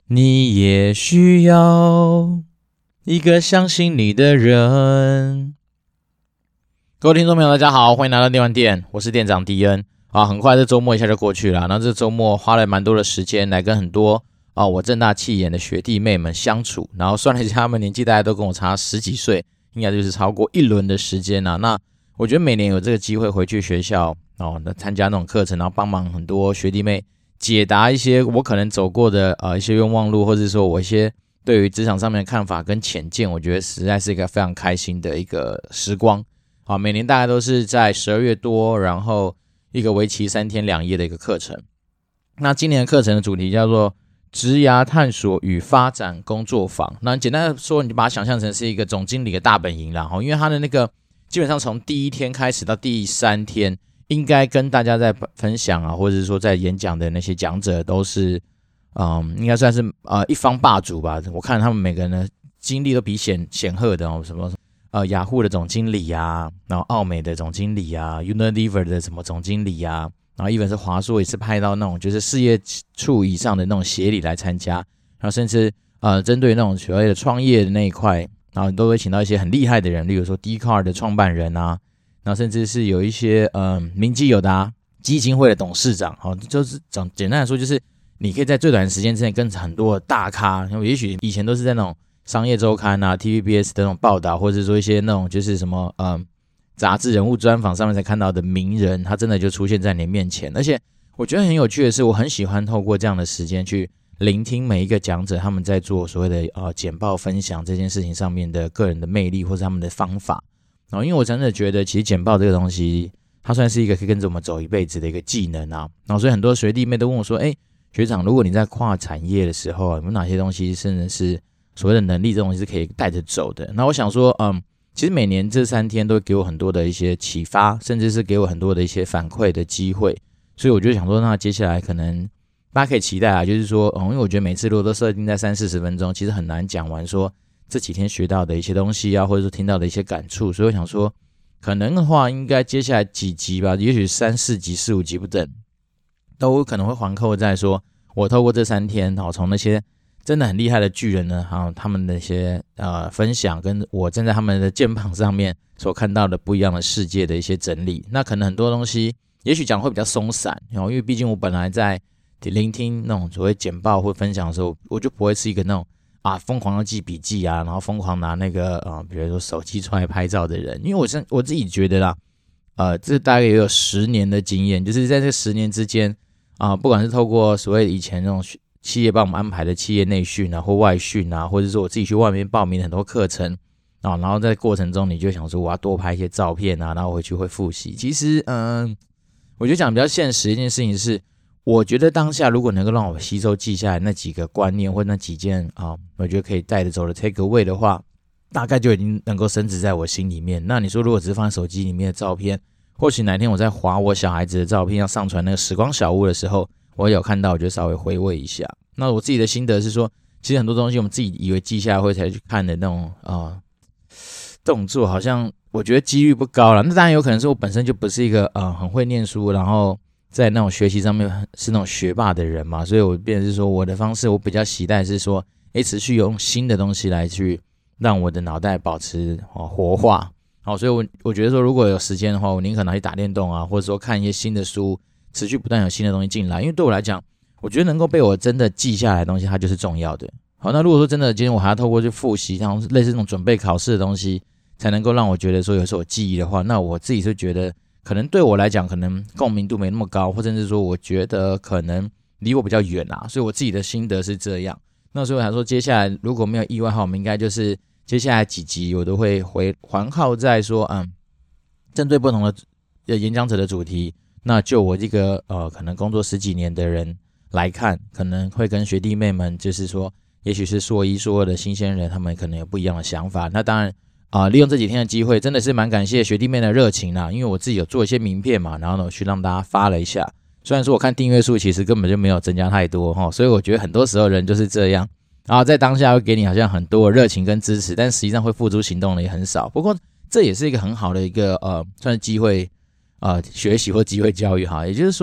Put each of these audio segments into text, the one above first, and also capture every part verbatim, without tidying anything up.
你也需要一个相信你的人。各位听众朋友大家好，欢迎来到电玩店，我是店长迪恩啊。很快这周末一下就过去了，那这周末花了蛮多的时间来跟很多啊我政大企研的学弟妹们相处，然后算了一下他们年纪大概都跟我差十几岁，应该就是超过一轮的时间啊。那我觉得每年有这个机会回去学校哦，参加那种课程，然后帮忙很多学弟妹解答一些我可能走过的呃一些冤枉路，或者说我一些对于职场上面的看法跟浅见，我觉得实在是一个非常开心的一个时光啊。每年大概都是在十二月多，然后一个为期三天两夜的一个课程。那今年的课程的主题叫做职涯探索与发展工作坊。那简单的说，你就把它想象成是一个总经理的大本营啦，因为他的那个基本上从第一天开始到第三天，应该跟大家在分享啊，或者是说在演讲的那些讲者都是，嗯，应该算是呃一方霸主吧。我看他们每个人的经历都比显显赫的哦，什么呃雅虎的总经理啊，然后奥美的总经理啊 ，Unilever 的什么总经理啊，然后even是华硕也是派到那种就是事业处以上的那种协理来参加，然后甚至呃针对那种所谓的创业的那一块，然后都会请到一些很厉害的人，例如说 Dcard 的创办人啊。然后甚至是有一些嗯名基友达基金会的董事长，好，就是讲简单来说，就是你可以在最短的时间之内跟很多的大咖，也许以前都是在那种商业周刊啊、T V B S 的那种报道，或者说一些那种就是什么嗯杂志人物专访上面才看到的名人，他真的就出现在你面前。而且我觉得很有趣的是，我很喜欢透过这样的时间去聆听每一个讲者他们在做所谓的呃简报分享这件事情上面的个人的魅力或者他们的方法。哦，因为我真的觉得，其实简报这个东西，它算是一个可以跟着我们走一辈子的一个技能啊。然后，所以很多学弟妹都问我说：“哎，学长，如果你在跨产业的时候，有没有哪些东西甚至是所谓的能力，这种东西是可以带着走的？”那我想说，嗯，其实每年这三天都会给我很多的一些启发，甚至是给我很多的一些反馈的机会。所以我就想说，那接下来可能大家可以期待啊，就是说，嗯，因为我觉得每次如果都设定在三四十分钟，其实很难讲完说这几天学到的一些东西啊，或者说听到的一些感触，所以我想说，可能的话，应该接下来几集吧，也许三四集、四五集不等，都可能会环扣在说，我透过这三天，好，从那些真的很厉害的巨人呢，还有他们的一些呃分享，跟我站在他们的肩膀上面所看到的不一样的世界的一些整理。那可能很多东西，也许讲会比较松散，因为毕竟我本来在聆听那种所谓简报或分享的时候，我就不会是一个那种啊，疯狂要记笔记啊，然后疯狂拿那个呃，比如说手机出来拍照的人，因为我是我自己觉得啦，呃，这大概也有十年的经验，就是在这十年之间啊、呃，不管是透过所谓以前那种企业帮我们安排的企业内训啊，或外训啊，或者说我自己去外面报名很多课程啊，然后在过程中你就想说我要多拍一些照片啊，然后回去会复习。其实嗯、呃，我觉得讲比较现实的一件事情是，我觉得当下如果能够让我吸收记下来那几个观念或那几件啊、呃，我觉得可以带着走的 take away 的话，大概就已经能够深植在我心里面。那你说如果只是放在手机里面的照片，或许哪天我在滑我小孩子的照片要上传那个时光小屋的时候，我有看到我就稍微回味一下。那我自己的心得是说，其实很多东西我们自己以为记下来会才去看的那种啊、呃、动作，好像我觉得几率不高啦。那当然有可能是我本身就不是一个呃很会念书，然后在那种学习上面是那种学霸的人嘛，所以我变成是说我的方式，我比较期待是说，诶，持续用新的东西来去让我的脑袋保持、哦、活化。好，所以我我觉得说，如果有时间的话，我宁可拿去打电动啊，或者说看一些新的书，持续不断有新的东西进来。因为对我来讲，我觉得能够被我真的记下来的东西，它就是重要的。好，那如果说真的今天我还要透过去复习，像类似这种准备考试的东西，才能够让我觉得说有时候有记忆的话，那我自己是觉得可能对我来讲，可能共鸣度没那么高，或者是说我觉得可能离我比较远啊，所以我自己的心得是这样。那所以我想说，接下来如果没有意外的话，我们应该就是接下来几集我都会回环靠在说，嗯，针对不同的演讲者的主题，那就我这个呃可能工作十几年的人来看，可能会跟学弟妹们就是说，也许是硕一硕二的新鲜人，他们可能有不一样的想法。那当然啊、呃，利用这几天的机会，真的是蛮感谢学弟妹的热情啦，因为我自己有做一些名片嘛，然后呢我去让大家发了一下。虽然说我看订阅数其实根本就没有增加太多齁，所以我觉得很多时候人就是这样，然后在当下会给你好像很多的热情跟支持，但实际上会付诸行动的也很少。不过这也是一个很好的一个呃算是机会呃学习或机会教育哈，也就是说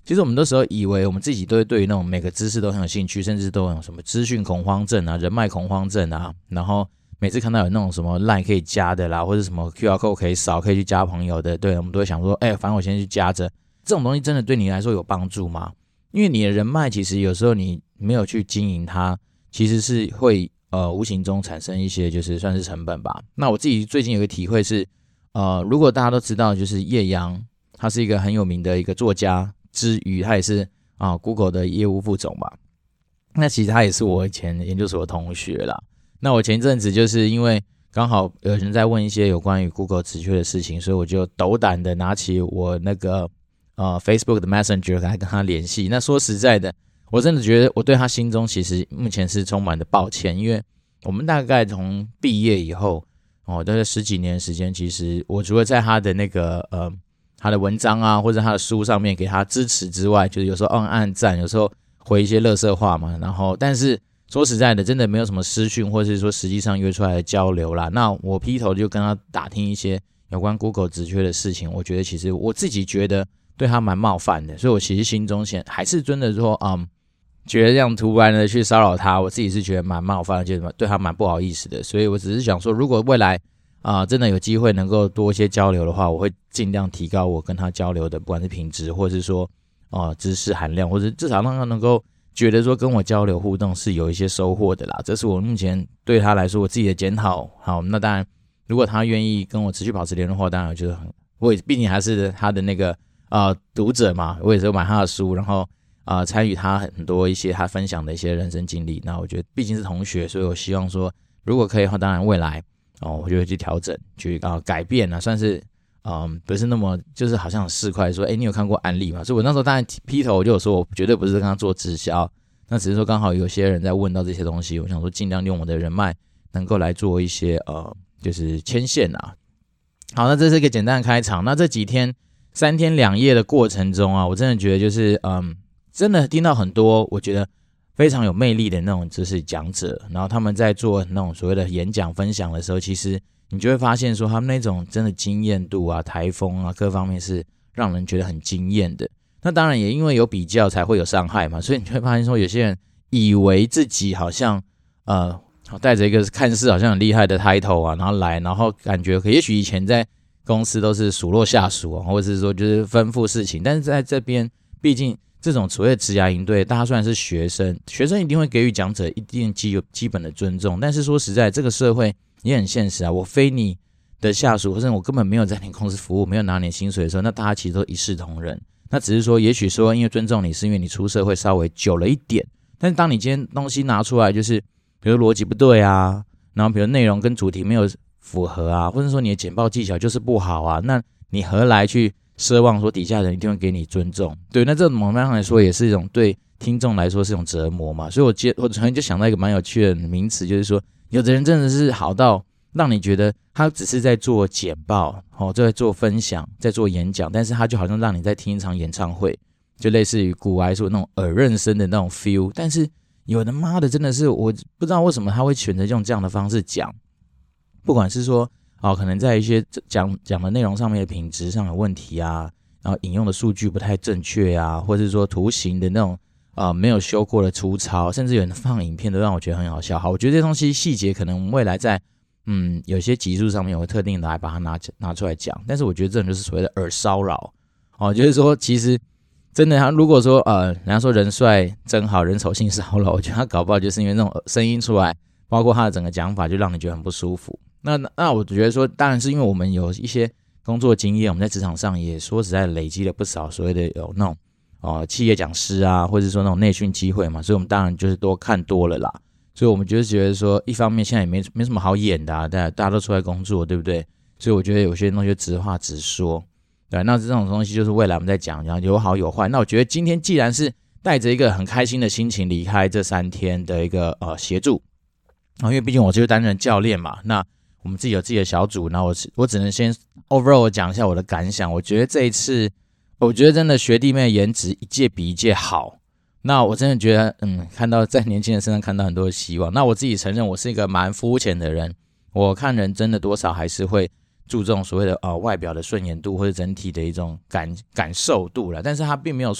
其实我们那时候以为我们自己都会对于那种每个知识都很有兴趣，甚至都有什么资讯恐慌症啊、人脉恐慌症啊，然后每次看到有那种什么 LINE 可以加的啦，或者什么 Q R code 可以扫可以去加朋友的，对，我们都会想说，哎、欸，反正我先去加着。这种东西真的对你来说有帮助吗？因为你的人脉其实有时候你没有去经营它，其实是会呃无形中产生一些就是算是成本吧。那我自己最近有个体会是，呃，如果大家都知道，就是叶阳他是一个很有名的一个作家之余，他也是啊、呃、Google 的业务副总吧。那其实他也是我以前研究所的同学啦。那我前一阵子就是因为刚好有人在问一些有关于 Google 职缺的事情，所以我就斗胆的拿起我那个呃 Facebook 的 Messenger 来跟他联系。那说实在的，我真的觉得我对他心中其实目前是充满的抱歉，因为我们大概从毕业以后哦，大概十几年的时间，其实我除了在他的那个呃他的文章啊或者他的书上面给他支持之外，就是有时候按按赞，有时候回一些垃圾话嘛，然后但是说实在的，真的没有什么私讯，或者是说实际上约出来的交流啦。那我劈头就跟他打听一些有关 Google 职缺的事情，我觉得其实我自己觉得对他蛮冒犯的，所以我其实心中先还是真的说，嗯，觉得这样突然的去骚扰他，我自己是觉得蛮冒犯的，觉得对他蛮不好意思的。所以我只是想说，如果未来啊、呃、真的有机会能够多一些交流的话，我会尽量提高我跟他交流的不管是品质，或者是说啊、呃、知识含量，或者至少让他能够觉得说跟我交流互动是有一些收获的啦，这是我目前对他来说我自己的检讨。好，那当然，如果他愿意跟我持续保持联络的话，当然我觉得很，我也毕竟还是他的那个呃读者嘛，我也是买他的书，然后呃参与他很多一些他分享的一些人生经历。那我觉得毕竟是同学，所以我希望说，如果可以的话，当然未来哦，我就会去调整，去啊、呃、改变啊，算是。嗯，不是那么就是好像很市侩说，哎，你有看过案例吗？所以我那时候当然劈头我就有说，我绝对不是跟他做直销，那只是说刚好有些人在问到这些东西，我想说尽量用我的人脉能够来做一些呃，就是牵线啊。好，那这是一个简单的开场。那这几天三天两夜的过程中啊，我真的觉得就是嗯，真的听到很多我觉得非常有魅力的那种就是讲者，然后他们在做那种所谓的演讲分享的时候，其实你就会发现说他们那种真的惊艳度啊、台风啊各方面是让人觉得很惊艳的。那当然也因为有比较才会有伤害嘛，所以你就会发现说有些人以为自己好像呃带着一个看似好像很厉害的 title 啊，然后来，然后感觉也许以前在公司都是数落下属啊，或者是说就是吩咐事情，但是在这边毕竟这种所谓的职涯营队，大家虽然是学生，学生一定会给予讲者一定基基本的尊重，但是说实在这个社会也很现实啊，我非你的下属，或者我根本没有在你公司服务，没有拿你薪水的时候，那大家其实都一视同仁。那只是说也许说因为尊重你是因为你出社会稍微久了一点，但是当你今天东西拿出来就是比如逻辑不对啊，然后比如内容跟主题没有符合啊，或者说你的简报技巧就是不好啊，那你何来去奢望说底下人一定会给你尊重？对，那这种某方面上来说也是一种对听众来说是一种折磨嘛。所以我接我突然就想到一个蛮有趣的名词，就是说有的人真的是好到让你觉得他只是在做简报，哦，在做分享，在做演讲，但是他就好像让你在听一场演唱会，就类似于古来说那种耳认生的那种 feel。但是有的妈的真的是我不知道为什么他会选择用这样的方式讲，不管是说哦，可能在一些讲讲的内容上面的品质上有问题啊，然后引用的数据不太正确啊，或是说图形的那种啊、呃、没有修过的粗糙，甚至有人放影片都让我觉得很好笑。好，我觉得这些东西细节可能我们未来在嗯，有些集数上面我会特定的来把它拿拿出来讲，但是我觉得这种就是所谓的耳骚扰哦，就是说其实真的他如果说呃，人家说人帅真好人丑性骚扰，我觉得他搞不好就是因为那种声音出来，包括他的整个讲法就让你觉得很不舒服。那那我觉得说当然是因为我们有一些工作经验，我们在职场上也说实在累积了不少所谓的有那种呃企业讲师啊，或者说那种内训机会嘛，所以我们当然就是多看多了啦。所以我们就是觉得说，一方面现在也没没什么好演的啊，大家大家都出来工作，对不对？所以我觉得有些东西就直话直说，对，那这种东西就是未来我们在讲，然后有好有坏。那我觉得今天既然是带着一个很开心的心情离开这三天的一个呃协助，因为毕竟我就是担任教练嘛，那我们自己有自己的小组，然后我我只能先 overall 讲一下我的感想。我觉得这一次，我觉得真的学弟妹的颜值一届比一届好。那我真的觉得，嗯，看到在年轻人身上看到很多的希望。那我自己承认我是一个蛮肤浅的人，我看人真的多少还是会注重所谓的呃外表的顺眼度或者整体的一种感感受度啦。但是他并没有说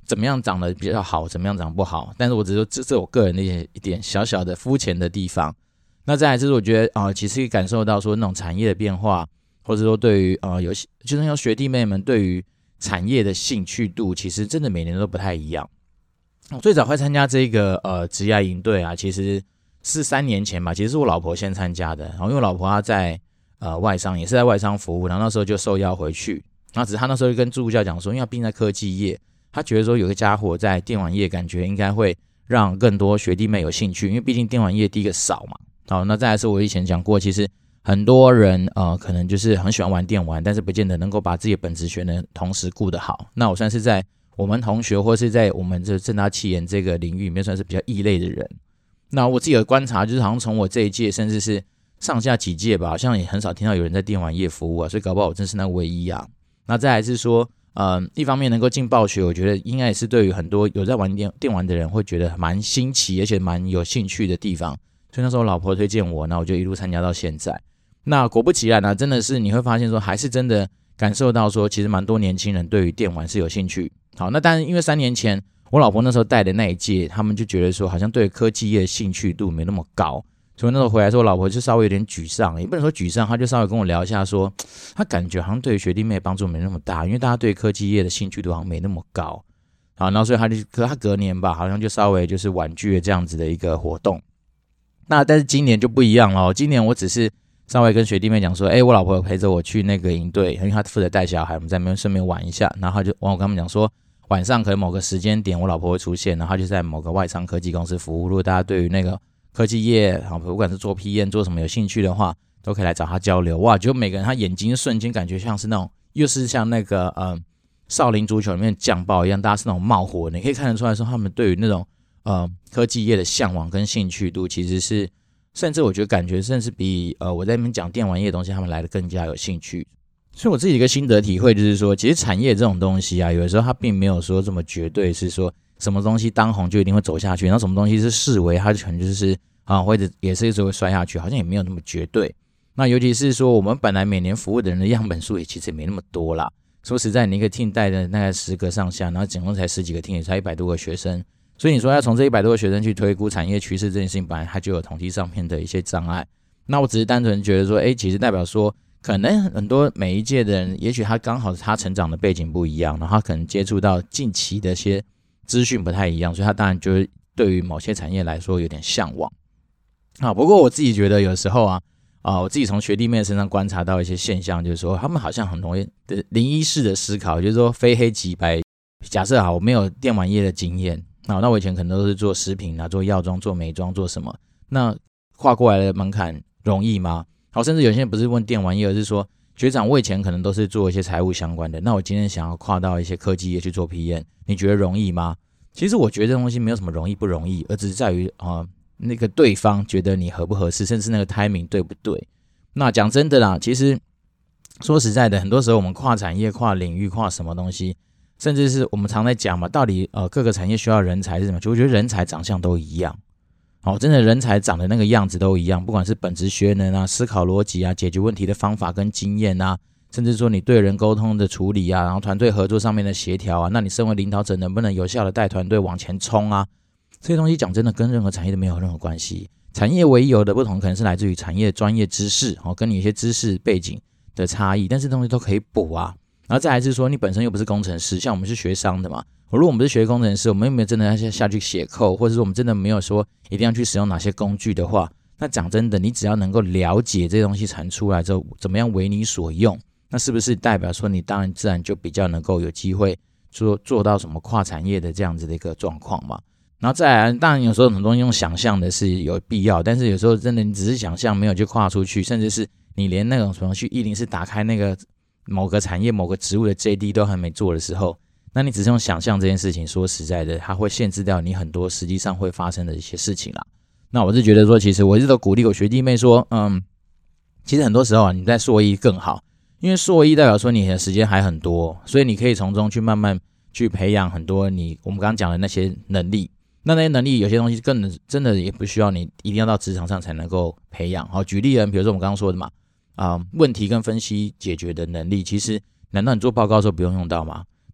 怎么样长得比较好，怎么样长得不好，但是我只是说这是我个人的一点小小的肤浅的地方。那再来就是我觉得啊、呃，其实可以感受到说那种产业的变化，或者说对于呃有就是像学弟妹们对于产业的兴趣度，其实真的每年都不太一样。我最早会参加这个呃职涯营队啊，其实是三年前吧，其实是我老婆先参加的。然后因为我老婆她在呃外商，也是在外商服务，然后那时候就受邀回去。然后只是她那时候就跟助教讲说，因为她毕竟在科技业，她觉得说有个家伙在电玩业，感觉应该会让更多学弟妹有兴趣，因为毕竟电玩业第一个少嘛。好，那再来是我以前讲过，其实很多人呃可能就是很喜欢玩电玩，但是不见得能够把自己的本职学能同时顾得好。那我算是在我们同学或是在我们这政大企研这个领域里面算是比较异类的人。那我自己的观察就是好像从我这一届甚至是上下几届吧，好像也很少听到有人在电玩业服务啊，所以搞不好我真是那个唯一啊。那再来是说呃一方面能够进暴雪，我觉得应该也是对于很多有在玩电电玩的人会觉得蛮新奇而且蛮有兴趣的地方。所以那时候我老婆推荐我，那我就一路参加到现在。那果不其然啊，真的是你会发现说，还是真的感受到说，其实蛮多年轻人对于电玩是有兴趣。好，那当然因为三年前我老婆那时候带的那一届，他们就觉得说，好像对科技业的兴趣度没那么高，所以那时候回来说，我老婆就稍微有点沮丧，也不能说沮丧，她就稍微跟我聊一下说，她感觉好像对于学弟妹帮助没那么大，因为大家对科技业的兴趣度好像没那么高。好，然后所以她就可她隔年吧，好像就稍微就是婉拒了这样子的一个活动。那但是今年就不一样了，今年我只是稍微跟学弟妹讲说，哎、欸，我老婆陪着我去那个营队，因为她负责带小孩，我们在那边顺便玩一下。然后就我跟他们讲说，晚上可能某个时间点我老婆会出现，然后她就在某个外商科技公司服务。如果大家对于那个科技业，不管是做 P M 做什么有兴趣的话，都可以来找她交流。哇，就每个人他眼睛瞬间感觉像是那种，又是像那个呃少林足球里面酱爆一样，大家是那种冒火的，你可以看得出来说他们对于那种呃，科技业的向往跟兴趣度，其实是，甚至我觉得感觉，甚至比呃我在那边讲电玩业的东西，他们来的更加有兴趣。所以我自己一个心得体会就是说，其实产业这种东西啊，有的时候它并没有说这么绝对，是说什么东西当红就一定会走下去，然后什么东西是视为它可能就是啊，或者也是一直会摔下去，好像也没有那么绝对。那尤其是说，我们本来每年服务的人的样本数也其实也没那么多啦。说实在，你一个 team 带的大概十个上下，然后总共才十几个 team， 也才一百多个学生。所以你说要从这一百多个学生去推估产业趋势这件事情，本来它就有统计上面的一些障碍。那我只是单纯觉得说，哎，其实代表说，可能很多每一届的人，也许他刚好他成长的背景不一样，然后他可能接触到近期的一些资讯不太一样，所以他当然就会对于某些产业来说有点向往。啊，不过我自己觉得有时候啊，啊，我自己从学弟妹身上观察到一些现象，就是说他们好像很容易的零一式的思考，就是说非黑即白。假设好，我没有电玩业的经验。好，那我以前可能都是做食品啊，做药妆、做美妆、做什么？那跨过来的门槛容易吗？好，甚至有些人不是问电玩业，而是说学长，我以前可能都是做一些财务相关的，那我今天想要跨到一些科技业去做 P M， 你觉得容易吗？其实我觉得这东西没有什么容易不容易，而只是在于啊、呃、那个对方觉得你合不合适，甚至那个 timing 对不对。那讲真的啦，其实说实在的，很多时候我们跨产业、跨领域、跨什么东西。甚至是我们常在讲嘛，到底呃各个产业需要人才是什么？就我觉得人才长相都一样，哦，真的人才长的那个样子都一样，不管是本质学能啊、思考逻辑啊、解决问题的方法跟经验啊，甚至说你对人沟通的处理啊，然后团队合作上面的协调啊，那你身为领导者能不能有效的带团队往前冲啊？这些东西讲真的跟任何产业都没有任何关系，产业唯一有的不同可能是来自于产业专业知识，哦，跟你一些知识背景的差异，但是东西都可以补啊。然后再来是说，你本身又不是工程师，像我们是学商的嘛。如果我们不是学工程师，我们有没有真的要下去写code，或者说我们真的没有说一定要去使用哪些工具的话，那讲真的，你只要能够了解这些东西产出来之后，怎么样为你所用，那是不是代表说你当然自然就比较能够有机会做做到什么跨产业的这样子的一个状况嘛？然后再来，当然有时候很多东西用想象的是有必要，但是有时候真的你只是想象，没有去跨出去，甚至是你连那种什么去一零四打开那个某个产业某个职务的 J D 都还没做的时候，那你只是用想象这件事情，说实在的，它会限制掉你很多实际上会发生的一些事情啦。那我是觉得说，其实我一直都鼓励我学弟妹说，嗯，其实很多时候啊，你在硕一更好，因为硕一代表说你的时间还很多，所以你可以从中去慢慢去培养很多你我们刚刚讲的那些能力。那那些能力有些东西更真的也不需要你一定要到职场上才能够培养。好，举例人，比如说我们刚刚说的嘛。啊、呃，问题跟分析解决的能力，其实难道你做报告的时候不用用到吗？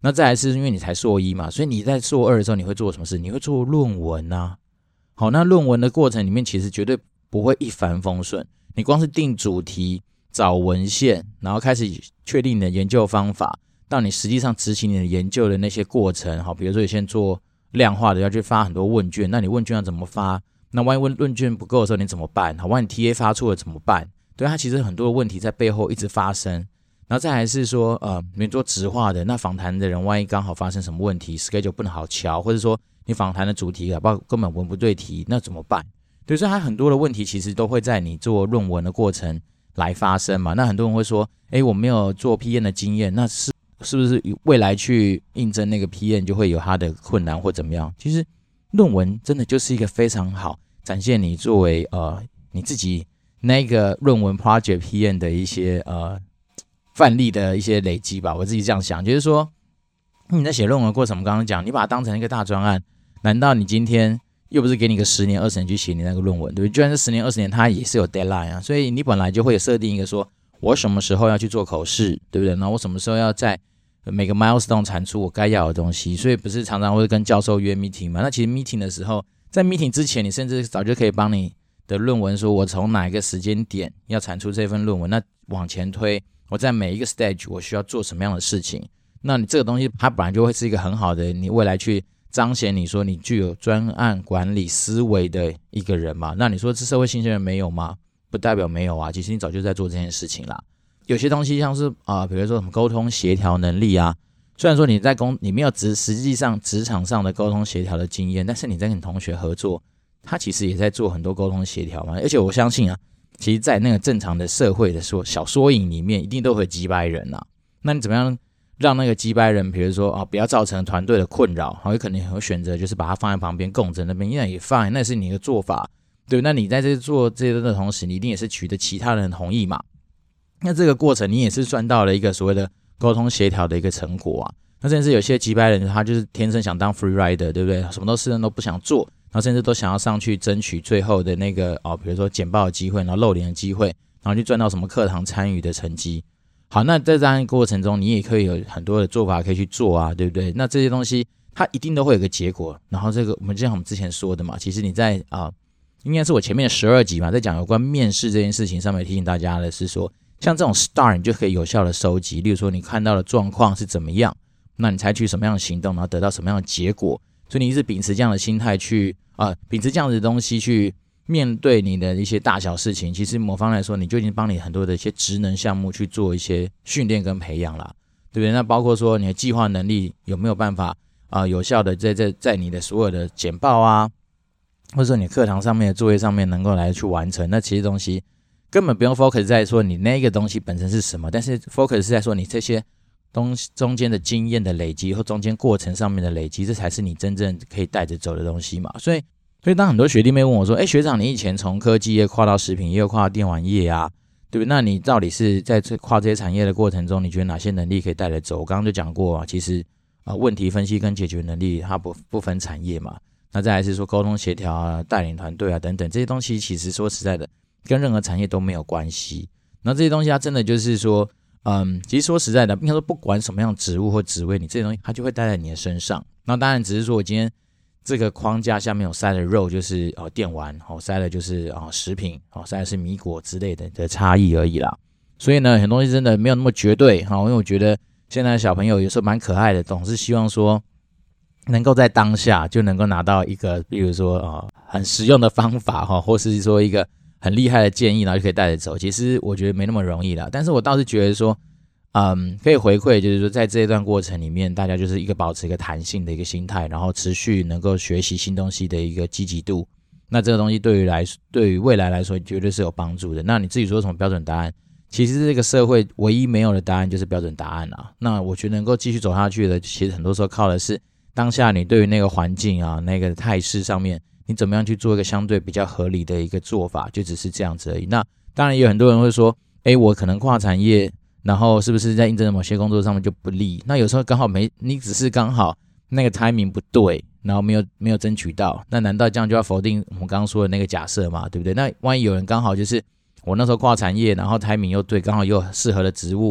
那再来是因为你才硕一嘛，所以你在硕二的时候你会做什么事？你会做论文啊。好，那论文的过程里面其实绝对不会一帆风顺，你光是定主题、找文献，然后开始确定你的研究方法，到你实际上执行你的研究的那些过程。好，比如说你先做量化的，要去发很多问卷，那你问卷要怎么发？那万一问问卷不够的时候你怎么办？好，万一 T A 发错了怎么办？对，它其实很多的问题在背后一直发生。然后再来是说，呃，你做直化的，那访谈的人万一刚好发生什么问题 ，schedule 不能好瞧，或者说你访谈的主题搞不好根本文不对题，那怎么办？对，所以它很多的问题其实都会在你做论文的过程来发生嘛。那很多人会说，哎，我没有做 P M 的经验，那是是不是未来去应征那个 P M 就会有它的困难或怎么样？其实论文真的就是一个非常好展现你作为呃你自己那个论文 project P M 的一些呃范例的一些累积吧。我自己这样想，就是说你在写论文的过程，我们刚刚讲，你把它当成一个大专案，难道你今天又不是给你个十年二十年去写你那个论文，对不对？就算是十年二十年，它也是有 deadline 啊，所以你本来就会有设定一个说，我什么时候要去做口试，对不对？然后我什么时候要在每个 milestone 产出我该要的东西，所以不是常常会跟教授约 meeting 嘛？那其实 meeting 的时候，在 meeting 之前，你甚至早就可以帮你的论文说，我从哪一个时间点要产出这份论文，那往前推，我在每一个 stage 我需要做什么样的事情。那你这个东西它本来就会是一个很好的，你未来去彰显你说你具有专案管理思维的一个人嘛。那你说这社会新鲜人没有吗？不代表没有啊，其实你早就在做这件事情啦。有些东西像是啊、呃，比如说什么沟通协调能力啊，虽然说你在工你没有职实际上职场上的沟通协调的经验，但是你在跟你同学合作，他其实也在做很多沟通协调嘛。而且我相信啊，其实在那个正常的社会的说小缩影里面，一定都会有击败人啊。那你怎么样让那个击败人，比如说啊，不要造成团队的困扰，好，有可能会选择就是把它放在旁边共振那边，因为也放，那是你的做法，对。那你在这做这些的同时，你一定也是取得其他人的同意嘛。那这个过程你也是赚到了一个所谓的沟通协调的一个成果啊。那甚至有些击败人，他就是天生想当 free rider， 对不对？什么都事情都不想做，然后甚至都想要上去争取最后的那个哦，比如说简报的机会，然后露脸的机会，然后去赚到什么课堂参与的成绩。好，那在这样的过程中，你也可以有很多的做法可以去做啊，对不对？那这些东西它一定都会有个结果。然后这个我们就像我们之前说的嘛，其实你在啊、呃，应该是我前面的十二集嘛，在讲有关面试这件事情上面提醒大家的是说，像这种 star 你就可以有效的收集，例如说你看到的状况是怎么样，那你采取什么样的行动，然后得到什么样的结果。所以你一直秉持这样的心态去啊、呃，秉持这样的东西去面对你的一些大小事情，其实某方来说，你就已经帮你很多的一些职能项目去做一些训练跟培养啦，对不对？那包括说你的计划能力有没有办法啊、呃，有效的在在在你的所有的简报啊，或者说你课堂上面的作业上面能够来去完成，那其实东西根本不用 focus 在说你那个东西本身是什么，但是 focus 是在说你这些东西中间的经验的累积或中间过程上面的累积，这才是你真正可以带着走的东西嘛。所以所以当很多学弟妹问我说，哎，学长你以前从科技业跨到食品业又跨到电玩业啊，对不对？那你到底是在这跨这些产业的过程中，你觉得哪些能力可以带着走？我刚刚就讲过啊，其实啊、呃、问题分析跟解决能力它不不分产业嘛。那再来是说沟通协调啊、带领团队啊等等这些东西，其实说实在的跟任何产业都没有关系。那这些东西它真的就是说嗯，其实说实在的，应该说不管什么样的职务或职位，你这些东西它就会带在你的身上。那当然只是说我今天这个框架下面有塞的肉就是哦电玩，哦塞的就是哦食品，哦塞的是米果之类的的差异而已啦。所以呢，很多东西真的没有那么绝对哈、哦，因为我觉得现在的小朋友有时候蛮可爱的，总是希望说能够在当下就能够拿到一个，比如说哦很实用的方法哈、哦，或是说一个很厉害的建议，然后就可以带着走。其实我觉得没那么容易啦，但是我倒是觉得说。嗯，可以回馈，就是说在这一段过程里面，大家就是一个保持一个弹性的一个心态，然后持续能够学习新东西的一个积极度。那这个东西对于来对于未来来说，绝对是有帮助的。那你自己说什么标准答案？其实这个社会唯一没有的答案就是标准答案啊。那我觉得能够继续走下去的，其实很多时候靠的是当下你对于那个环境啊、那个态势上面，你怎么样去做一个相对比较合理的一个做法，就只是这样子而已。那当然也有很多人会说，诶，我可能跨产业。然后是不是在应征的某些工作上面就不利？那有时候刚好没，你只是刚好那个 timing 不对，然后没有没有争取到，那难道这样就要否定我们刚刚说的那个假设嘛？对不对？那万一有人刚好就是我那时候跨产业，然后 timing 又对，刚好又有适合的职务，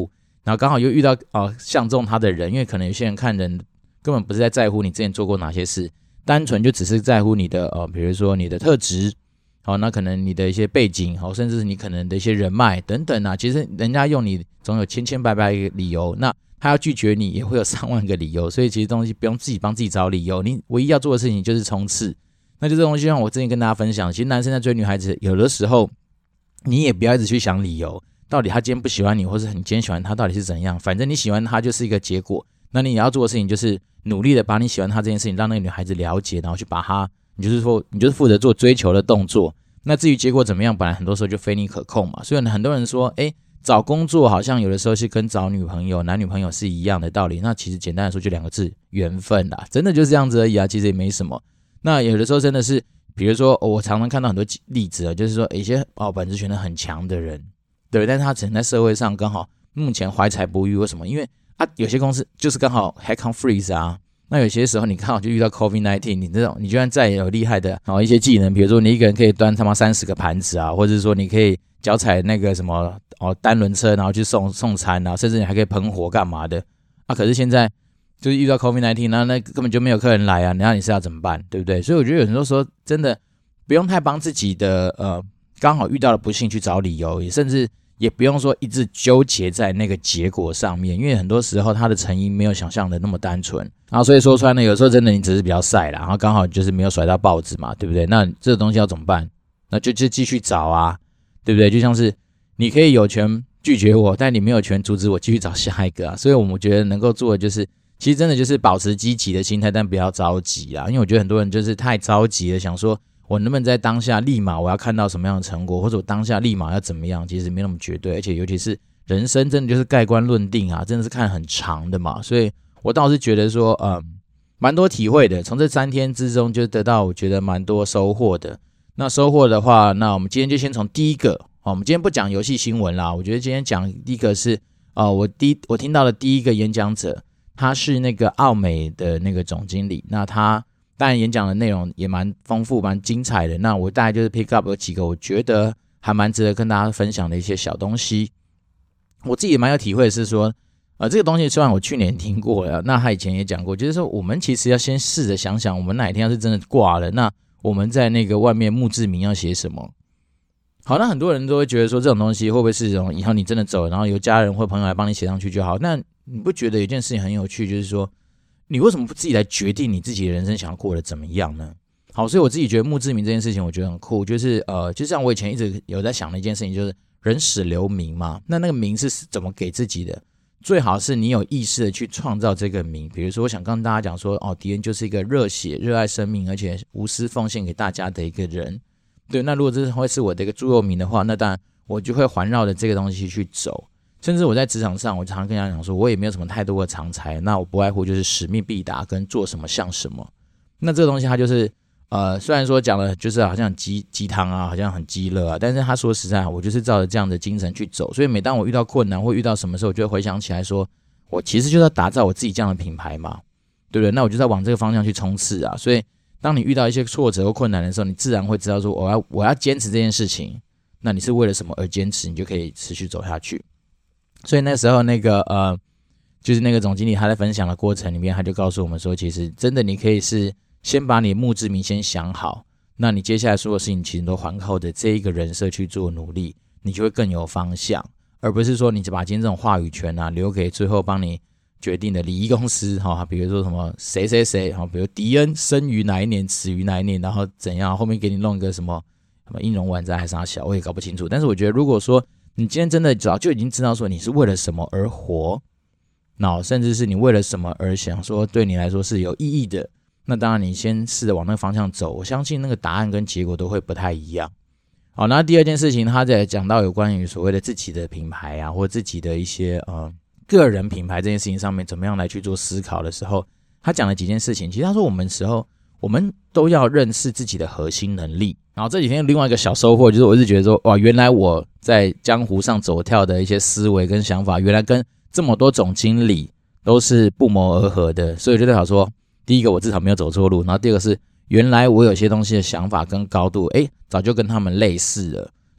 然后刚好又遇到呃相中他的人，因为可能有些人看人根本不是在在乎你之前做过哪些事，单纯就只是在乎你的呃，比如说你的特质，好、哦，那可能你的一些背景，好、哦，甚至是你可能的一些人脉等等啊。其实人家用你总有千千百百个理由，那他要拒绝你也会有上万个理由，所以其实东西不用自己帮自己找理由，你唯一要做的事情就是冲刺。那就这东西，像我之前跟大家分享，其实男生在追女孩子，有的时候你也不要一直去想理由。到底他今天不喜欢你，或是你今天喜欢他，到底是怎样？反正你喜欢他就是一个结果。那你要做的事情就是努力的把你喜欢他这件事情让那个女孩子了解，然后去把他，你就是说你就是负责做追求的动作。那至于结果怎么样，本来很多时候就非你可控嘛。所以很多人说，哎，找工作好像有的时候是跟找女朋友、男女朋友是一样的道理。那其实简单来说就两个字，缘分啦，真的就是这样子而已啊。其实也没什么。那有的时候真的是，比如说、哦、我常常看到很多例子啊，就是说有些哦本质学能很强的人。对，但是他只能在社会上刚好目前怀才不遇，为什么？因为啊，有些公司就是刚好 head count freeze 啊，那有些时候你刚好就遇到 COVID 十九， 你这种你就算再有厉害的哦一些技能，比如说你一个人可以端他妈三十个盘子啊，或者是说你可以脚踩那个什么哦单轮车，然后去送送餐啊，甚至你还可以喷火干嘛的啊？可是现在就是遇到 COVID 十九， 那那根本就没有客人来啊，那你是要怎么办？对不对？所以我觉得有很多时候真的不用太帮自己的呃刚好遇到的不幸去找理由，也甚至。也不用说一直纠结在那个结果上面，因为很多时候它的成因没有想象的那么单纯，然后所以说穿呢，有时候真的你只是比较晒啦，然后刚好就是没有甩到报纸嘛，对不对？那这个东西要怎么办？那就就继续找啊，对不对？就像是你可以有权拒绝我，但你没有权阻止我继续找下一个啊。所以我们觉得能够做的就是，其实真的就是保持积极的心态，但不要着急啦，因为我觉得很多人就是太着急了，想说。我能不能在当下立马我要看到什么样的成果，或者我当下立马要怎么样，其实没那么绝对，而且尤其是人生真的就是盖棺论定啊，真的是看很长的嘛，所以我倒是觉得说嗯，蛮多体会的，从这三天之中就得到我觉得蛮多收获的。那收获的话，那我们今天就先从第一个、哦、我们今天不讲游戏新闻啦，我觉得今天讲第一个是、呃、我第我听到的第一个演讲者，他是那个奥美的那个总经理，那他当然演讲的内容也蛮丰富蛮精彩的，那我大概就是 pick up 有几个我觉得还蛮值得跟大家分享的一些小东西。我自己也蛮有体会的是说呃，这个东西虽然我去年听过了，那他以前也讲过，就是说我们其实要先试着想想，我们哪一天要是真的挂了，那我们在那个外面墓志铭要写什么。好，那很多人都会觉得说这种东西会不会是这种以后你真的走了，然后由家人或朋友来帮你写上去就好。那你不觉得有一件事情很有趣，就是说你为什么不自己来决定你自己的人生想要过得怎么样呢？好，所以我自己觉得墓志铭这件事情我觉得很酷，就是呃，就像我以前一直有在想的一件事情，就是人死留名嘛，那那个名是怎么给自己的？最好是你有意识的去创造这个名，比如说我想跟大家讲说，哦，迪恩就是一个热血、热爱生命，而且无私奉献给大家的一个人。对，那如果这会是我的一个座右铭的话，那当然我就会环绕着这个东西去走。甚至我在职场上，我常常跟人家讲说，我也没有什么太多的长才，那我不外乎就是使命必达跟做什么像什么。那这个东西它就是呃，虽然说讲的就是好像很鸡鸡汤啊，好像很鸡肋啊，但是他说实在，我就是照着这样的精神去走。所以每当我遇到困难或遇到什么时候，我就会回想起来说，我其实就是要打造我自己这样的品牌嘛，对不对？那我就在往这个方向去冲刺啊。所以当你遇到一些挫折或困难的时候，你自然会知道说，我要我要坚持这件事情。那你是为了什么而坚持，你就可以持续走下去。所以那时候那个呃，就是那个总经理他在分享的过程里面，他就告诉我们说，其实真的你可以是先把你墓志铭先想好，那你接下来所有事情其实都环靠着这一个人设去做努力，你就会更有方向，而不是说你就把今天这种话语权啊留给最后帮你决定的礼仪公司哈，比如说什么谁谁谁哈，比如迪恩生于哪一年，死于哪一年，然后怎样，后面给你弄一个什么什么音容万载还是啥小，我也搞不清楚。但是我觉得，如果说你今天真的早就已经知道说你是为了什么而活，那甚至是你为了什么而想说对你来说是有意义的，那当然你先试着往那个方向走，我相信那个答案跟结果都会不太一样。好，那第二件事情，他在讲到有关于所谓的自己的品牌啊，或自己的一些呃个人品牌这件事情上面，怎么样来去做思考的时候，他讲了几件事情。其实他说我们时候我们都要认识自己的核心能力。然后这几天另外一个小收获就是，我是觉得说，哇，原来我在江湖上走跳的一些思维跟想法，原来跟这么多总经理都是不谋而合的。所以就代表说，第一个我至少没有走错路，然后第二个是原来我有些东西的想法跟高度，诶，早就跟他们类似了。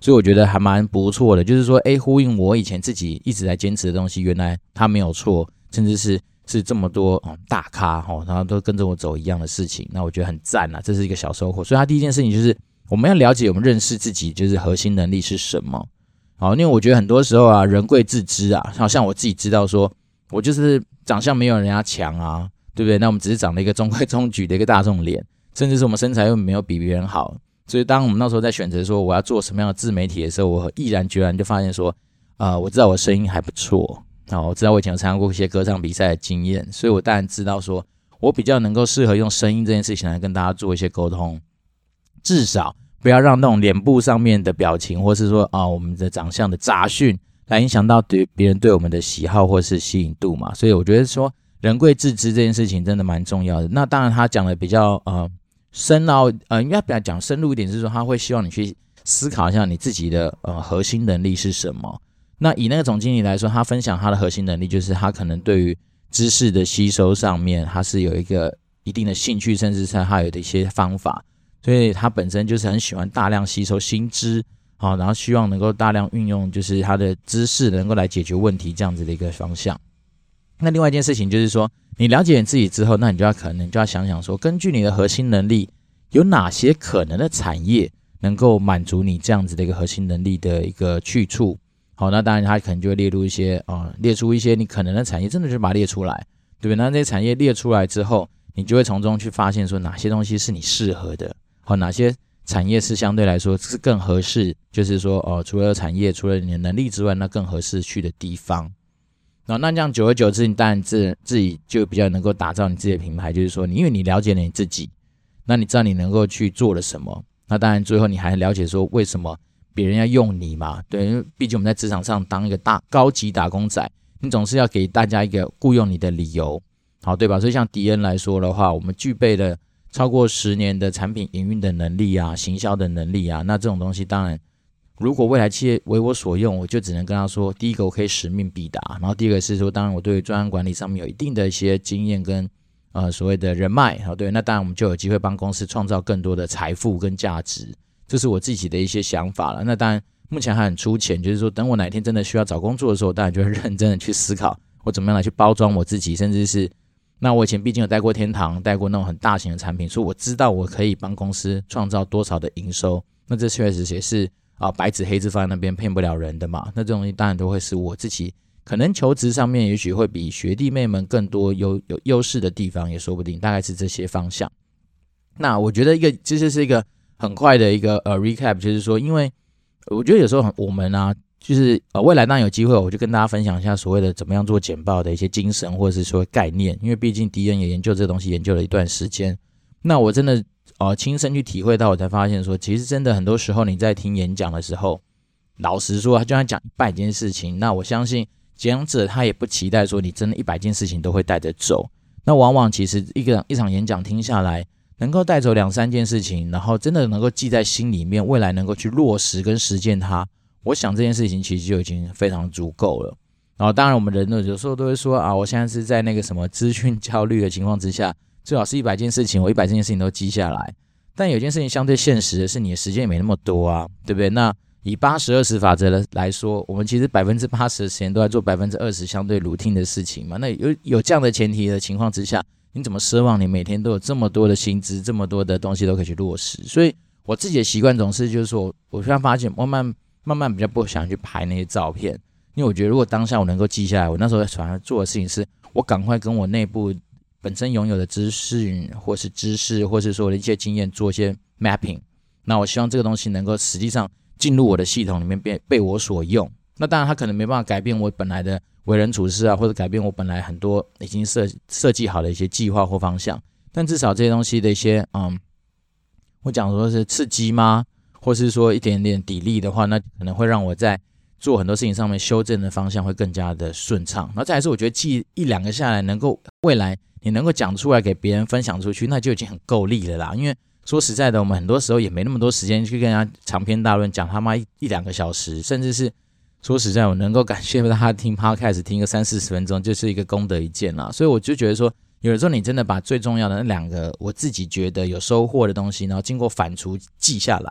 所以我觉得还蛮不错的，就是说诶呼应我以前自己一直在坚持的东西，原来他没有错，甚至是是这么多、嗯、大咖、哦、然后都跟着我走一样的事情，那我觉得很赞啊，这是一个小收获。所以他第一件事情就是我们要了解我们认识自己就是核心能力是什么。好，因为我觉得很多时候啊，人贵自知啊，好像我自己知道说我就是长相没有人家强啊，对不对？那我们只是长了一个中规中矩的一个大众脸，甚至是我们身材又没有比别人好。所以当我们那时候在选择说我要做什么样的自媒体的时候，我毅然决然就发现说呃，我知道我声音还不错，好，我知道我以前有参加过一些歌唱比赛的经验，所以我当然知道说我比较能够适合用声音这件事情来跟大家做一些沟通，至少不要让那种脸部上面的表情或是说啊我们的长相的杂讯来影响到对别人对我们的喜好或是吸引度嘛。所以我觉得说人贵自知这件事情真的蛮重要的。那当然他讲的比较呃深奥，呃，应该比较讲深入一点，是说他会希望你去思考一下你自己的呃核心能力是什么。那以那个总经理来说，他分享他的核心能力就是他可能对于知识的吸收上面，他是有一个一定的兴趣，甚至是他有的一些方法，所以他本身就是很喜欢大量吸收新知，好，然后希望能够大量运用就是他的知识能够来解决问题这样子的一个方向。那另外一件事情就是说，你了解你自己之后，那你就要可能就要想想说，根据你的核心能力，有哪些可能的产业能够满足你这样子的一个核心能力的一个去处。好，那当然他可能就会列入一些啊、呃，列出一些你可能的产业，真的就把它列出来，对不对？那这些产业列出来之后，你就会从中去发现说哪些东西是你适合的，好，哪些产业是相对来说是更合适，就是说哦、呃，除了产业，除了你的能力之外，那更合适去的地方。然后那这样久而久之，你当然自自己就比较能够打造你自己的品牌，就是说你因为你了解了你自己，那你知道你能够去做了什么，那当然最后你还了解说为什么别人要用你嘛，对，因为毕竟我们在职场上当一个大高级打工仔，你总是要给大家一个雇用你的理由，好，对吧？所以像迪恩来说的话，我们具备了超过十年的产品营运的能力啊，行销的能力啊，那这种东西当然如果未来企业为我所用，我就只能跟他说，第一个我可以使命必达，然后第二个是说，当然我对专案管理上面有一定的一些经验跟呃所谓的人脉，好，对，那当然我们就有机会帮公司创造更多的财富跟价值，这是我自己的一些想法了。那当然目前还很粗浅，就是说等我哪天真的需要找工作的时候，当然就会认真的去思考我怎么样来去包装我自己，甚至是那我以前毕竟有带过天堂，带过那种很大型的产品，所以我知道我可以帮公司创造多少的营收，那这确实也是啊，白纸黑字放在那边骗不了人的嘛。那这种东西当然都会是我自己可能求职上面也许会比学弟妹们更多有有优势的地方也说不定，大概是这些方向。那我觉得一个这就是一个很快的一个呃 recap， 就是说因为我觉得有时候我们啊就是呃未来当然有机会我就跟大家分享一下所谓的怎么样做简报的一些精神或者是说概念，因为毕竟迪恩也研究这个东西研究了一段时间，那我真的呃亲身去体会到，我才发现说其实真的很多时候你在听演讲的时候，老实说他就算讲一百件事情，那我相信讲者他也不期待说你真的一百件事情都会带着走，那往往其实一个一场演讲听下来能够带走两三件事情，然后真的能够记在心里面，未来能够去落实跟实践它，我想这件事情其实就已经非常足够了。然后当然我们人呢有时候都会说啊，我现在是在那个什么资讯焦虑的情况之下，最好是一百件事情我一百件事情都记下来，但有件事情相对现实的是你的时间也没那么多啊，对不对？那以八十二十法则来说，我们其实 百分之八十 的时间都在做 百分之二十 相对 routine 的事情嘛，那有有这样的前提的情况之下，你怎么奢望你每天都有这么多的薪资，这么多的东西都可以去落实？所以我自己的习惯总是就是说，我突然发现慢慢慢慢比较不想去拍那些照片，因为我觉得如果当下我能够记下来，我那时候反而做的事情是我赶快跟我内部本身拥有的资讯或是知识或是说我的一些经验做一些 mapping， 那我希望这个东西能够实际上进入我的系统里面 被, 被我所用。那当然它可能没办法改变我本来的为人处事啊，或者改变我本来很多已经 设, 设计好的一些计划或方向，但至少这些东西的一些嗯，我讲说是刺激吗，或是说一点点砥砺的话，那可能会让我在做很多事情上面修正的方向会更加的顺畅。然后再来是我觉得记一两个下来，能够未来你能够讲出来给别人分享出去，那就已经很够力了啦。因为说实在的，我们很多时候也没那么多时间去跟人家长篇大论讲他妈 一, 一两个小时，甚至是说实在我能够感谢他听 podcast 听个三四十分钟就是一个功德一件啦。所以我就觉得说有的时候你真的把最重要的那两个我自己觉得有收获的东西，然后经过反刍记下来，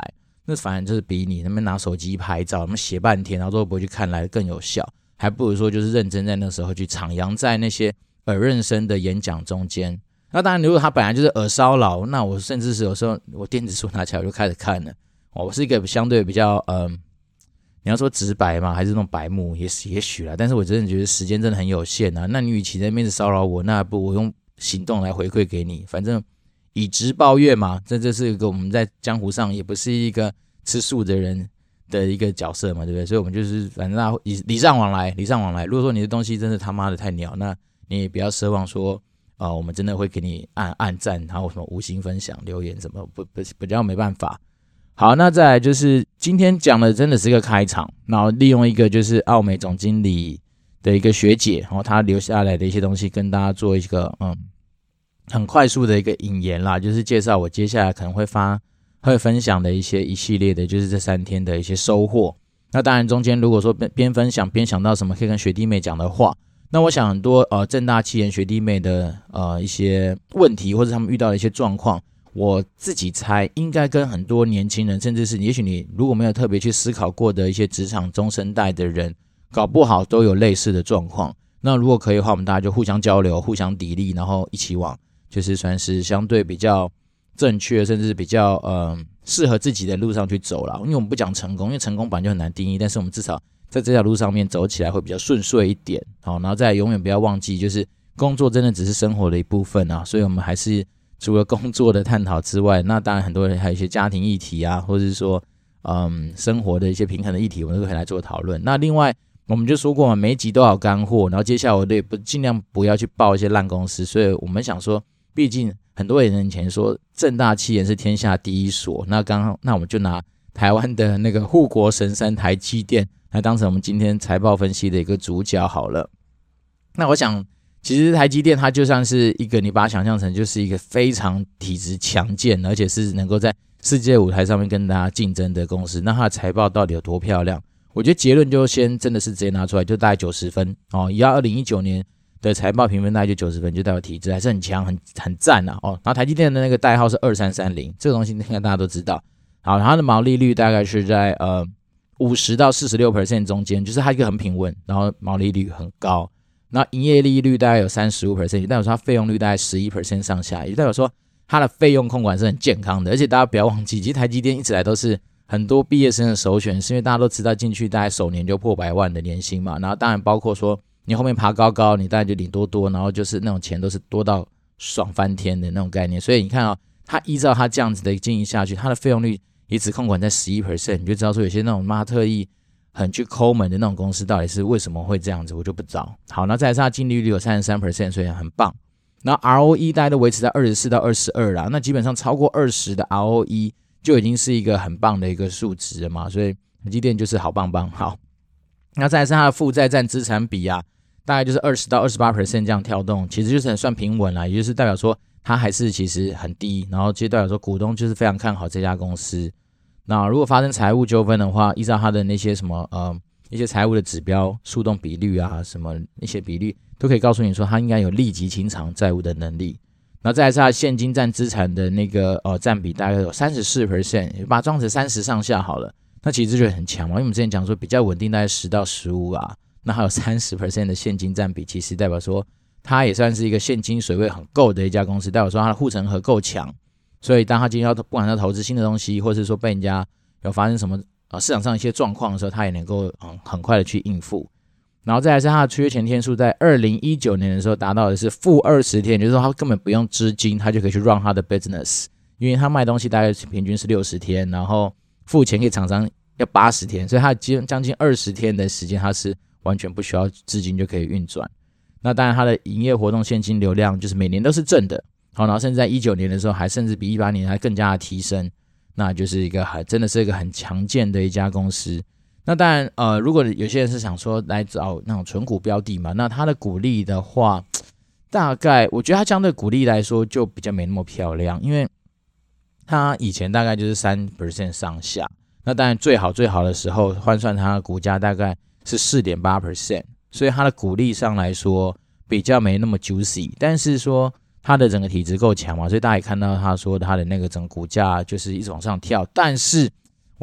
那反而就是比你那边拿手机拍照，那么写半天，然后都不会去看来更有效，还不如说就是认真在那时候去徜徉在那些耳润声的演讲中间。那当然，如果他本来就是耳骚扰，那我甚至是有时候我电子书拿起来我就开始看了。哦、我是一个相对比较嗯、呃，你要说直白嘛，还是那种白目，也也许啦。但是我真的觉得时间真的很有限啊。那你与其在那边骚扰我，那不我用行动来回馈给你，反正以直报怨嘛。这这是一个我们在江湖上也不是一个吃素的人的一个角色嘛，对不对？所以我们就是反正大家礼尚往来，礼尚往来。如果说你的东西真的他妈的太鸟，那你也不要奢望说。啊、呃，我们真的会给你按按赞，然后什么五星分享、留言什么，不不比较没办法。好，那再来就是今天讲的真的是一个开场，然后利用一个就是奥美总经理的一个学姐，然后她留下来的一些东西，跟大家做一个嗯很快速的一个引言啦，就是介绍我接下来可能会发会分享的一些一系列的，就是这三天的一些收获。那当然中间如果说边分享边想到什么可以跟学弟妹讲的话。那我想很多呃政大企研学弟妹的呃一些问题，或者他们遇到的一些状况，我自己猜应该跟很多年轻人，甚至是也许你如果没有特别去思考过的一些职场中生代的人，搞不好都有类似的状况。那如果可以的话，我们大家就互相交流、互相砥砺，然后一起往就是算是相对比较正确，甚至比较呃适合自己的路上去走啦。因为我们不讲成功，因为成功本来就很难定义，但是我们至少在这条路上面走起来会比较顺遂一点，好，然后再来永远不要忘记，就是工作真的只是生活的一部分啊，所以我们还是除了工作的探讨之外，那当然很多人还有一些家庭议题啊，或者是说嗯生活的一些平衡的议题，我们都可以来做讨论。那另外我们就说过嘛，每一集都有干货，然后接下来我也不尽量不要去报一些烂公司，所以我们想说，毕竟很多人以前说政大企研是天下第一所，那刚刚那我们就拿台湾的那个护国神山台积电来当成我们今天财报分析的一个主角好了。那我想其实台积电它就像是一个，你把它想象成就是一个非常体质强健，而且是能够在世界舞台上面跟大家竞争的公司。那它的财报到底有多漂亮？我觉得结论就先真的是直接拿出来，就大概九十分哦。以二零一九年的财报评分大概就九十分，就代表体质还是很强，很很赞啊哦。然后台积电的那个代号是二三三零，这个东西应该大家都知道。好，它的毛利率大概是在呃五十到四十六 percent 中间，就是它一个很平稳，然后毛利率很高。那营业利率大概有 百分之三十五， 也代表说它费用率大概 百分之十一 上下，也代表说它的费用控管是很健康的。而且大家不要忘记，其实台积电一直来都是很多毕业生的首选，是因为大家都知道进去大概首年就破百万的年薪嘛，然后当然包括说你后面爬高高，你大概就领多多，然后就是那种钱都是多到爽翻天的那种概念。所以你看啊、哦，它依照它这样子的经营下去，它的费用率也只控管在 百分之十一， 你就知道说有些那种妈特意很去抠门的那种公司到底是为什么会这样子，我就不知道。好，那再来是它净利率有 百分之三十三， 所以很棒。然后 R O E 大概都维持在二十四到二十二啦，那基本上超过二十的 R O E 就已经是一个很棒的一个数值了嘛，所以台积电就是好棒棒。好，那再来是它的负债占资产比啊，大概就是二十到二十八 percent 这样跳动，其实就是很算平稳啦，也就是代表说它还是其实很低，然后其实代表说股东就是非常看好这家公司。那如果发生财务纠纷的话，依照它的那些什么呃一些财务的指标、诉讼比率啊，什么一些比率都可以告诉你说，它应该有立即清偿债务的能力。然后再来是它现金占资产的那个呃占比大概有 百分之三十四， 把它装成三十上下好了。那其实就很强嘛，因为我们之前讲说比较稳定大概十到十五啊，那还有 百分之三十 的现金占比，其实代表说它也算是一个现金水位很够的一家公司，代表说它的护城河够强。所以当他今天要不管他投资新的东西，或是说被人家有发生什么呃市场上一些状况的时候，他也能够、嗯、很快的去应付。然后再来是他的缺钱天数在二零一九年的时候达到的是负二十天，就是说他根本不用资金，他就可以去 run 他的 business， 因为他卖东西大概平均是六十天，然后付钱给厂商要八十天，所以他将近二十天的时间他是完全不需要资金就可以运转。那当然他的营业活动现金流量就是每年都是正的。好，然后甚至在一九年的时候，还甚至比一八年还更加的提升，那就是一个还真的是一个很强健的一家公司。那当然，呃，如果有些人是想说来找那种纯股标的嘛，那它的股利的话，大概我觉得它相对股利来说就比较没那么漂亮，因为它以前大概就是 百分之三 上下。那当然最好最好的时候换算它的股价大概是 百分之四点八， 所以它的股利上来说比较没那么 juicy， 但是说它的整个体质够强嘛，所以大家也看到他说他的那个整个股价就是一直往上跳。但是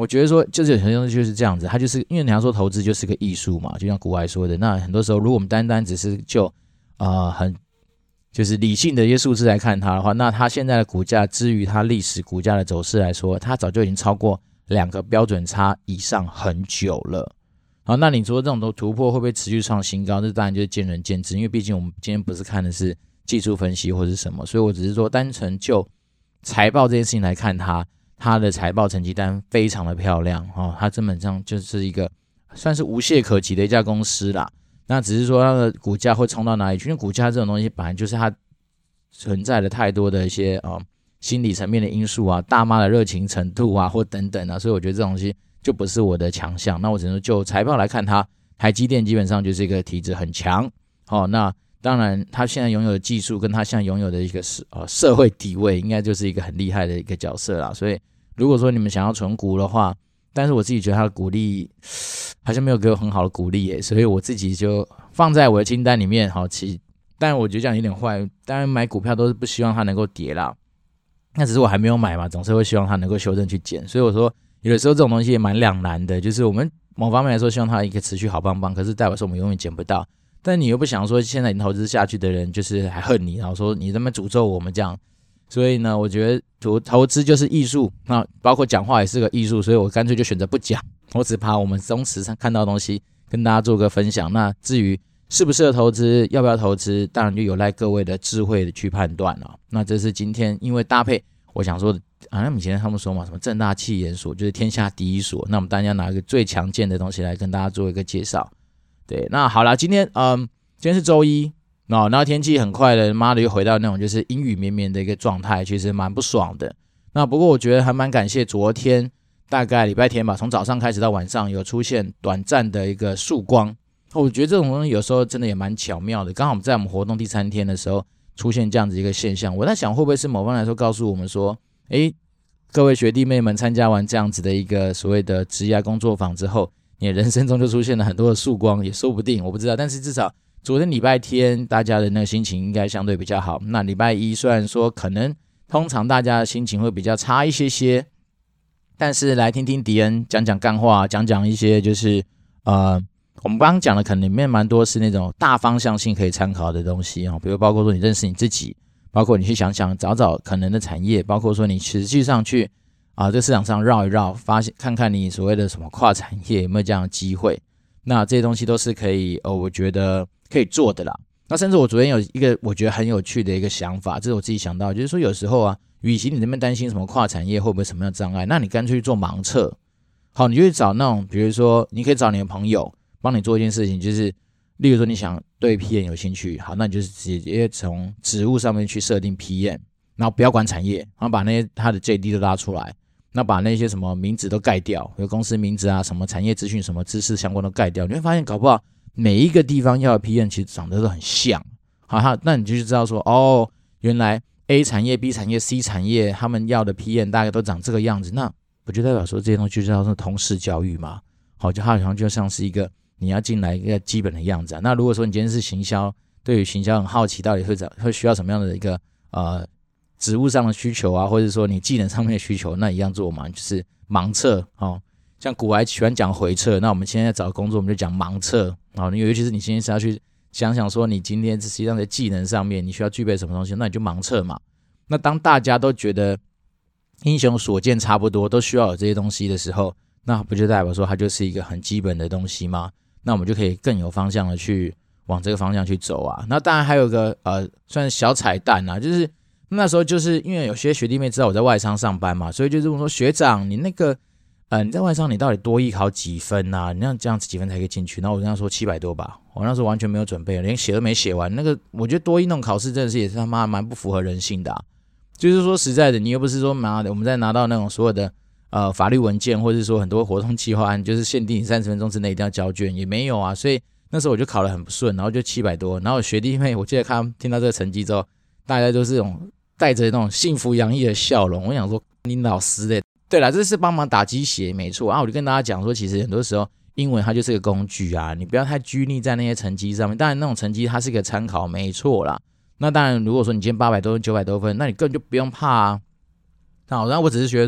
我觉得说就是很多东西就是这样子，它就是因为人家说投资就是个艺术嘛，就像古来说的，那很多时候如果我们单单只是就啊、呃、很就是理性的一些数字来看它的话，那它现在的股价之于它历史股价的走势来说，它早就已经超过两个标准差以上很久了。好，那你说这种突破会不会持续创新高？这当然就是见仁见智，因为毕竟我们今天不是看的是技术分析或是什么，所以我只是说单纯就财报这件事情来看它，它的财报成绩单非常的漂亮哦，它基本上就是一个算是无懈可击的一家公司啦。那只是说它的股价会冲到哪里去？因为股价这种东西本来就是它存在了太多的一些啊、呃、心理层面的因素啊，大妈的热情程度啊，或等等啊，所以我觉得这种东西就不是我的强项。那我只能说就财报来看它，台积电基本上就是一个体质很强。好、哦，那当然它现在拥有的技术跟它现在拥有的一个呃社会地位，应该就是一个很厉害的一个角色啦。所以如果说你们想要存股的话，但是我自己觉得它的股利好像没有给我很好的股利耶，所以我自己就放在我的清单里面。好，其但我觉得这样有点坏，当然买股票都是不希望它能够跌啦，那只是我还没有买嘛，总是会希望它能够修正去减。所以我说有的时候这种东西也蛮两难的，就是我们某方面来说希望它一个持续好棒棒，可是代表说我们永远减不到，但你又不想说现在你投资下去的人就是还恨你，然后说你这么诅咒我们这样。所以呢，我觉得投投资就是艺术，那包括讲话也是个艺术，所以我干脆就选择不讲，我只把我们忠实上看到的东西跟大家做个分享。那至于适不适合投资，要不要投资，当然就有赖各位的智慧的去判断了。那这是今天因为搭配我想说的，好像以前他们说嘛，什么正大企研所就是天下第一所，那我们大家拿一个最强健的东西来跟大家做一个介绍。对，那好啦，今天嗯，今天是周一。哦，然后天气很快的，妈的又回到那种就是阴雨绵绵的一个状态，其实蛮不爽的。那不过我觉得还蛮感谢昨天大概礼拜天吧，从早上开始到晚上有出现短暂的一个曙光。我觉得这种东西有时候真的也蛮巧妙的。刚好我们在我们活动第三天的时候出现这样子一个现象，我在想会不会是某方来说告诉我们说，诶，各位学弟妹们参加完这样子的一个所谓的职业工作坊之后，你的人生中就出现了很多的曙光，也说不定，我不知道，但是至少昨天礼拜天大家的那个心情应该相对比较好。那礼拜一虽然说可能通常大家的心情会比较差一些些，但是来听听迪恩讲讲干话，讲讲一些就是呃我们刚刚讲的可能里面蛮多是那种大方向性可以参考的东西，比如包括说你认识你自己，包括你去想想找找可能的产业，包括说你实际上去啊、呃、这市场上绕一绕，发现看看你所谓的什么跨产业有没有这样的机会。那这些东西都是可以呃我觉得可以做的啦。那甚至我昨天有一个我觉得很有趣的一个想法，这是我自己想到，就是说有时候啊，与其你那边担心什么跨产业会不会什么样的障碍，那你干脆去做盲测。好，你就去找那种，比如说你可以找你的朋友帮你做一件事情，就是例如说你想对 P M 有兴趣，好，那你就是直接从职务上面去设定 P M， 然后不要管产业，然后把那些他的 J D 都拉出来，那把那些什么名字都盖掉，有公司名字啊，什么产业资讯、什么知识相关都盖掉，你会发现搞不好每一个地方要的 P M 其实长得都很像。好，那你就知道说，哦，原来 A 产业、B 产业、C 产业他们要的 P M 大概都长这个样子，那不就代表说这些东西就叫做通识教育吗？好，就它好像就像是一个你要进来一个基本的样子啊。那如果说你今天是行销，对于行销很好奇，到底会会需要什么样的一个呃职务上的需求啊，或者说你技能上面的需求，那一样做嘛，就是盲测哦。像古来喜欢讲回测，那我们现在找工作我们就讲盲测啊。尤其是你今天是要去想想说，你今天实际上在技能上面你需要具备什么东西，那你就盲测嘛。那当大家都觉得英雄所见差不多，都需要有这些东西的时候，那不就代表说它就是一个很基本的东西吗？那我们就可以更有方向的去往这个方向去走啊。那当然还有个呃，算是小彩蛋啊，就是那时候就是因为有些学弟妹知道我在外商上班嘛，所以就是问说学长，你那个呃你在外商你到底多益考几分啊？你那这样子几分才可以进去？然后我跟他说七百多吧，我那时候完全没有准备，连写都没写完。那个我觉得多益那种考试真的是也是他妈蛮不符合人性的啊。就是说实在的，你又不是说妈的我们在拿到那种所有的呃法律文件，或者是说很多活动计划案，就是限定你三十分钟之内一定要交卷，也没有啊。所以那时候我就考得很不顺，然后就七百多。然后学弟妹，我记得看听到这个成绩之后，大家都是这种带着那种幸福洋溢的笑容。我想说，你老师嘞，对啦，这是帮忙打鸡血，没错啊。我就跟大家讲说，其实很多时候英文它就是个工具啊，你不要太拘泥在那些成绩上面。当然那种成绩它是一个参考，没错啦。那当然，如果说你今天八百多分、九百多分，那你根本就不用怕啊。好，那我只是觉得说，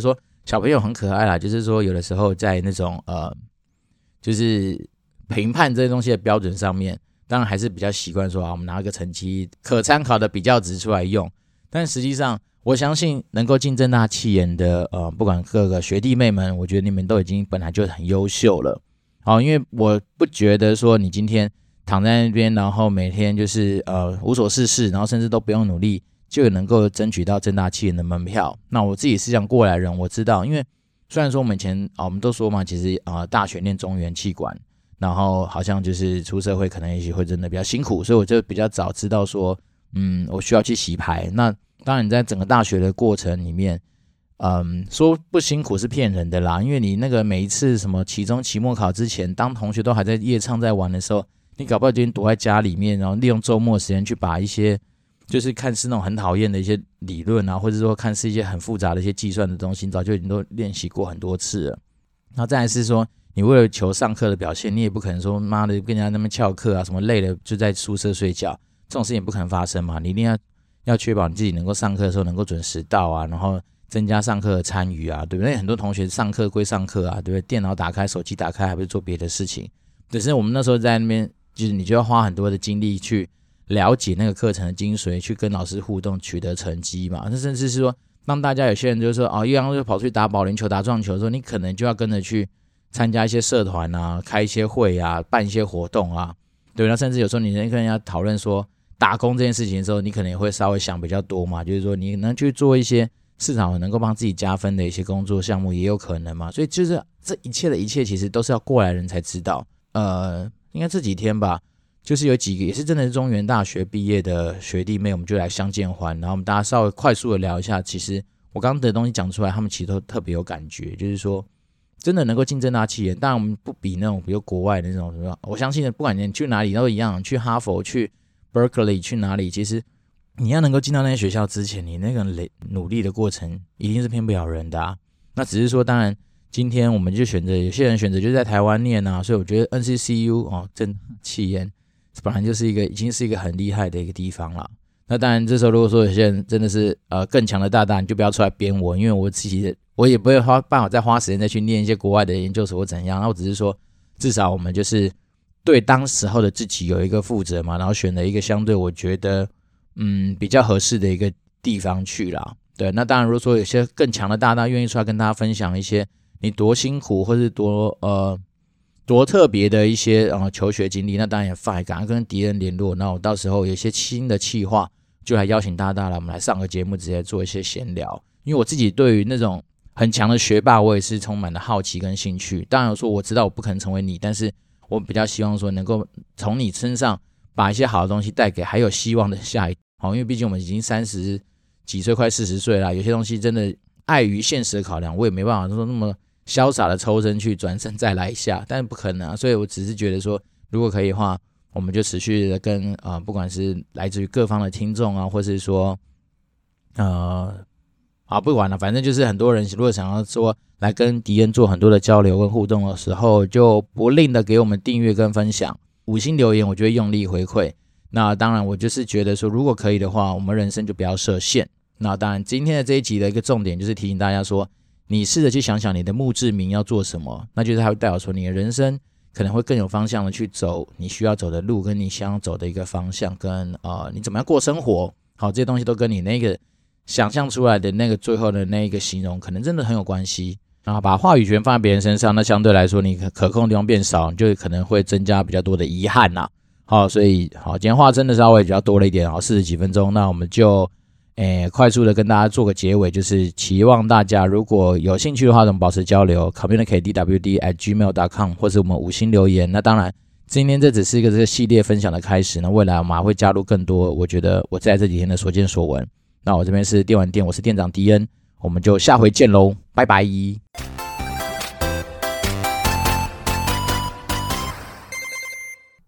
小朋友很可爱啦，就是说有的时候在那种呃，就是评判这些东西的标准上面，当然还是比较习惯说啊，我们拿一个成绩可参考的比较值出来用。但实际上，我相信能够进政大企研的呃，不管各个学弟妹们，我觉得你们都已经本来就很优秀了。好，因为我不觉得说你今天躺在那边，然后每天就是呃无所事事，然后甚至都不用努力，就能够争取到政大企研的门票。那我自己是这样过来人，我知道，因为虽然说我们以前啊，我们都说嘛，其实啊、呃、大学念中原气管，然后好像就是出社会可能也许会真的比较辛苦，所以我就比较早知道说，嗯，我需要去洗牌。那当然，你在整个大学的过程里面，嗯，说不辛苦是骗人的啦，因为你那个每一次什么期中、期末考之前，当同学都还在夜唱在玩的时候，你搞不好就已经躲在家里面，然后利用周末时间去把一些就是看似那种很讨厌的一些理论啊，或者说看似一些很复杂的一些计算的东西，早就已经都练习过很多次了。然后再来是说，你为了求上课的表现，你也不可能说妈的跟人家那边翘课啊，什么累了就在宿舍睡觉，这种事情也不可能发生嘛。你一定要要确保你自己能够上课的时候能够准时到啊，然后增加上课的参与啊，对不对？很多同学上课归上课啊，对不对？电脑打开，手机打开，还不是做别的事情。只是我们那时候在那边，就是你就要花很多的精力去了解那个课程的精髓，去跟老师互动，取得成绩嘛。那甚至是说，当大家有些人就是说，哦，一样就跑出去打保龄球、打撞球的时候，你可能就要跟着去参加一些社团啊，开一些会啊，办一些活动啊，对。那甚至有时候你跟人家讨论说打工这件事情的时候，你可能也会稍微想比较多嘛，就是说你能去做一些市场能够帮自己加分的一些工作项目，也有可能嘛。所以就是这一切的一切，其实都是要过来人才知道。呃，应该这几天吧，就是有几个也是真的是中原大学毕业的学弟妹，我们就来相见欢，然后我们大家稍微快速的聊一下。其实我刚刚的东西讲出来，他们其实都特别有感觉，就是说真的能够进政大企研，当然我们不比那种比如国外的那种什么，我相信不管你去哪里都一样，去哈佛、去 Berkeley 去哪里，其实你要能够进到那些学校之前，你那个努力的过程一定是骗不了人的啊。那只是说，当然今天我们就选择，有些人选择就在台湾念啊，所以我觉得 N C C U 哦，政企研本来就是一个已经是一个很厉害的一个地方了。那当然，这时候如果说有些人真的是呃更强的大大，你就不要出来编我，因为我自己我也不会花办法再花时间再去念一些国外的研究所或怎样。那我只是说，至少我们就是对当时候的自己有一个负责嘛，然后选了一个相对我觉得嗯比较合适的一个地方去啦。对，那当然如果说有些更强的大大愿意出来跟大家分享一些你多辛苦或是多呃多特别的一些呃求学经历，那当然也fine，赶快跟敌人联络。那我到时候有一些新的企划，就来邀请大大来，我们来上个节目，直接做一些闲聊。因为我自己对于那种很强的学霸，我也是充满了好奇跟兴趣。当然说我知道我不可能成为你，但是我比较希望说能够从你身上把一些好的东西带给还有希望的下一好，因为毕竟我们已经三十几岁，快四十岁了，有些东西真的碍于现实的考量，我也没办法说那么潇洒的抽身去转身再来一下，但是不可能啊。所以我只是觉得说，如果可以的话，我们就持续的跟呃，不管是来自于各方的听众啊，或是说呃，啊不管了，反正就是很多人如果想要说来跟敌人做很多的交流跟互动的时候，就不吝的给我们订阅跟分享，五星留言，我就会用力回馈。那当然，我就是觉得说，如果可以的话，我们人生就不要设限。那当然，今天的这一集的一个重点就是提醒大家说，你试着去想想你的墓志铭要做什么，那就是它会代表说你的人生可能会更有方向的去走你需要走的路，跟你想要走的一个方向，跟呃你怎么样过生活，好，这些东西都跟你那个想象出来的那个最后的那一个形容，可能真的很有关系。然后把话语权放在别人身上，那相对来说你可控的地方变少，你就可能会增加比较多的遗憾啦。好，所以好，今天话真的稍微比较多了一点，好，四十几分钟，那我们就诶快速的跟大家做个结尾，就是期望大家如果有兴趣的话，我们保持交流 communicate d w d at gmail dot com 或是我们五星留言。那当然今天这只是一个这个系列分享的开始，那未来我们还会加入更多我觉得我在这几天的所见所闻。那我这边是电玩店，我是店长迪恩，我们就下回见喽，拜拜。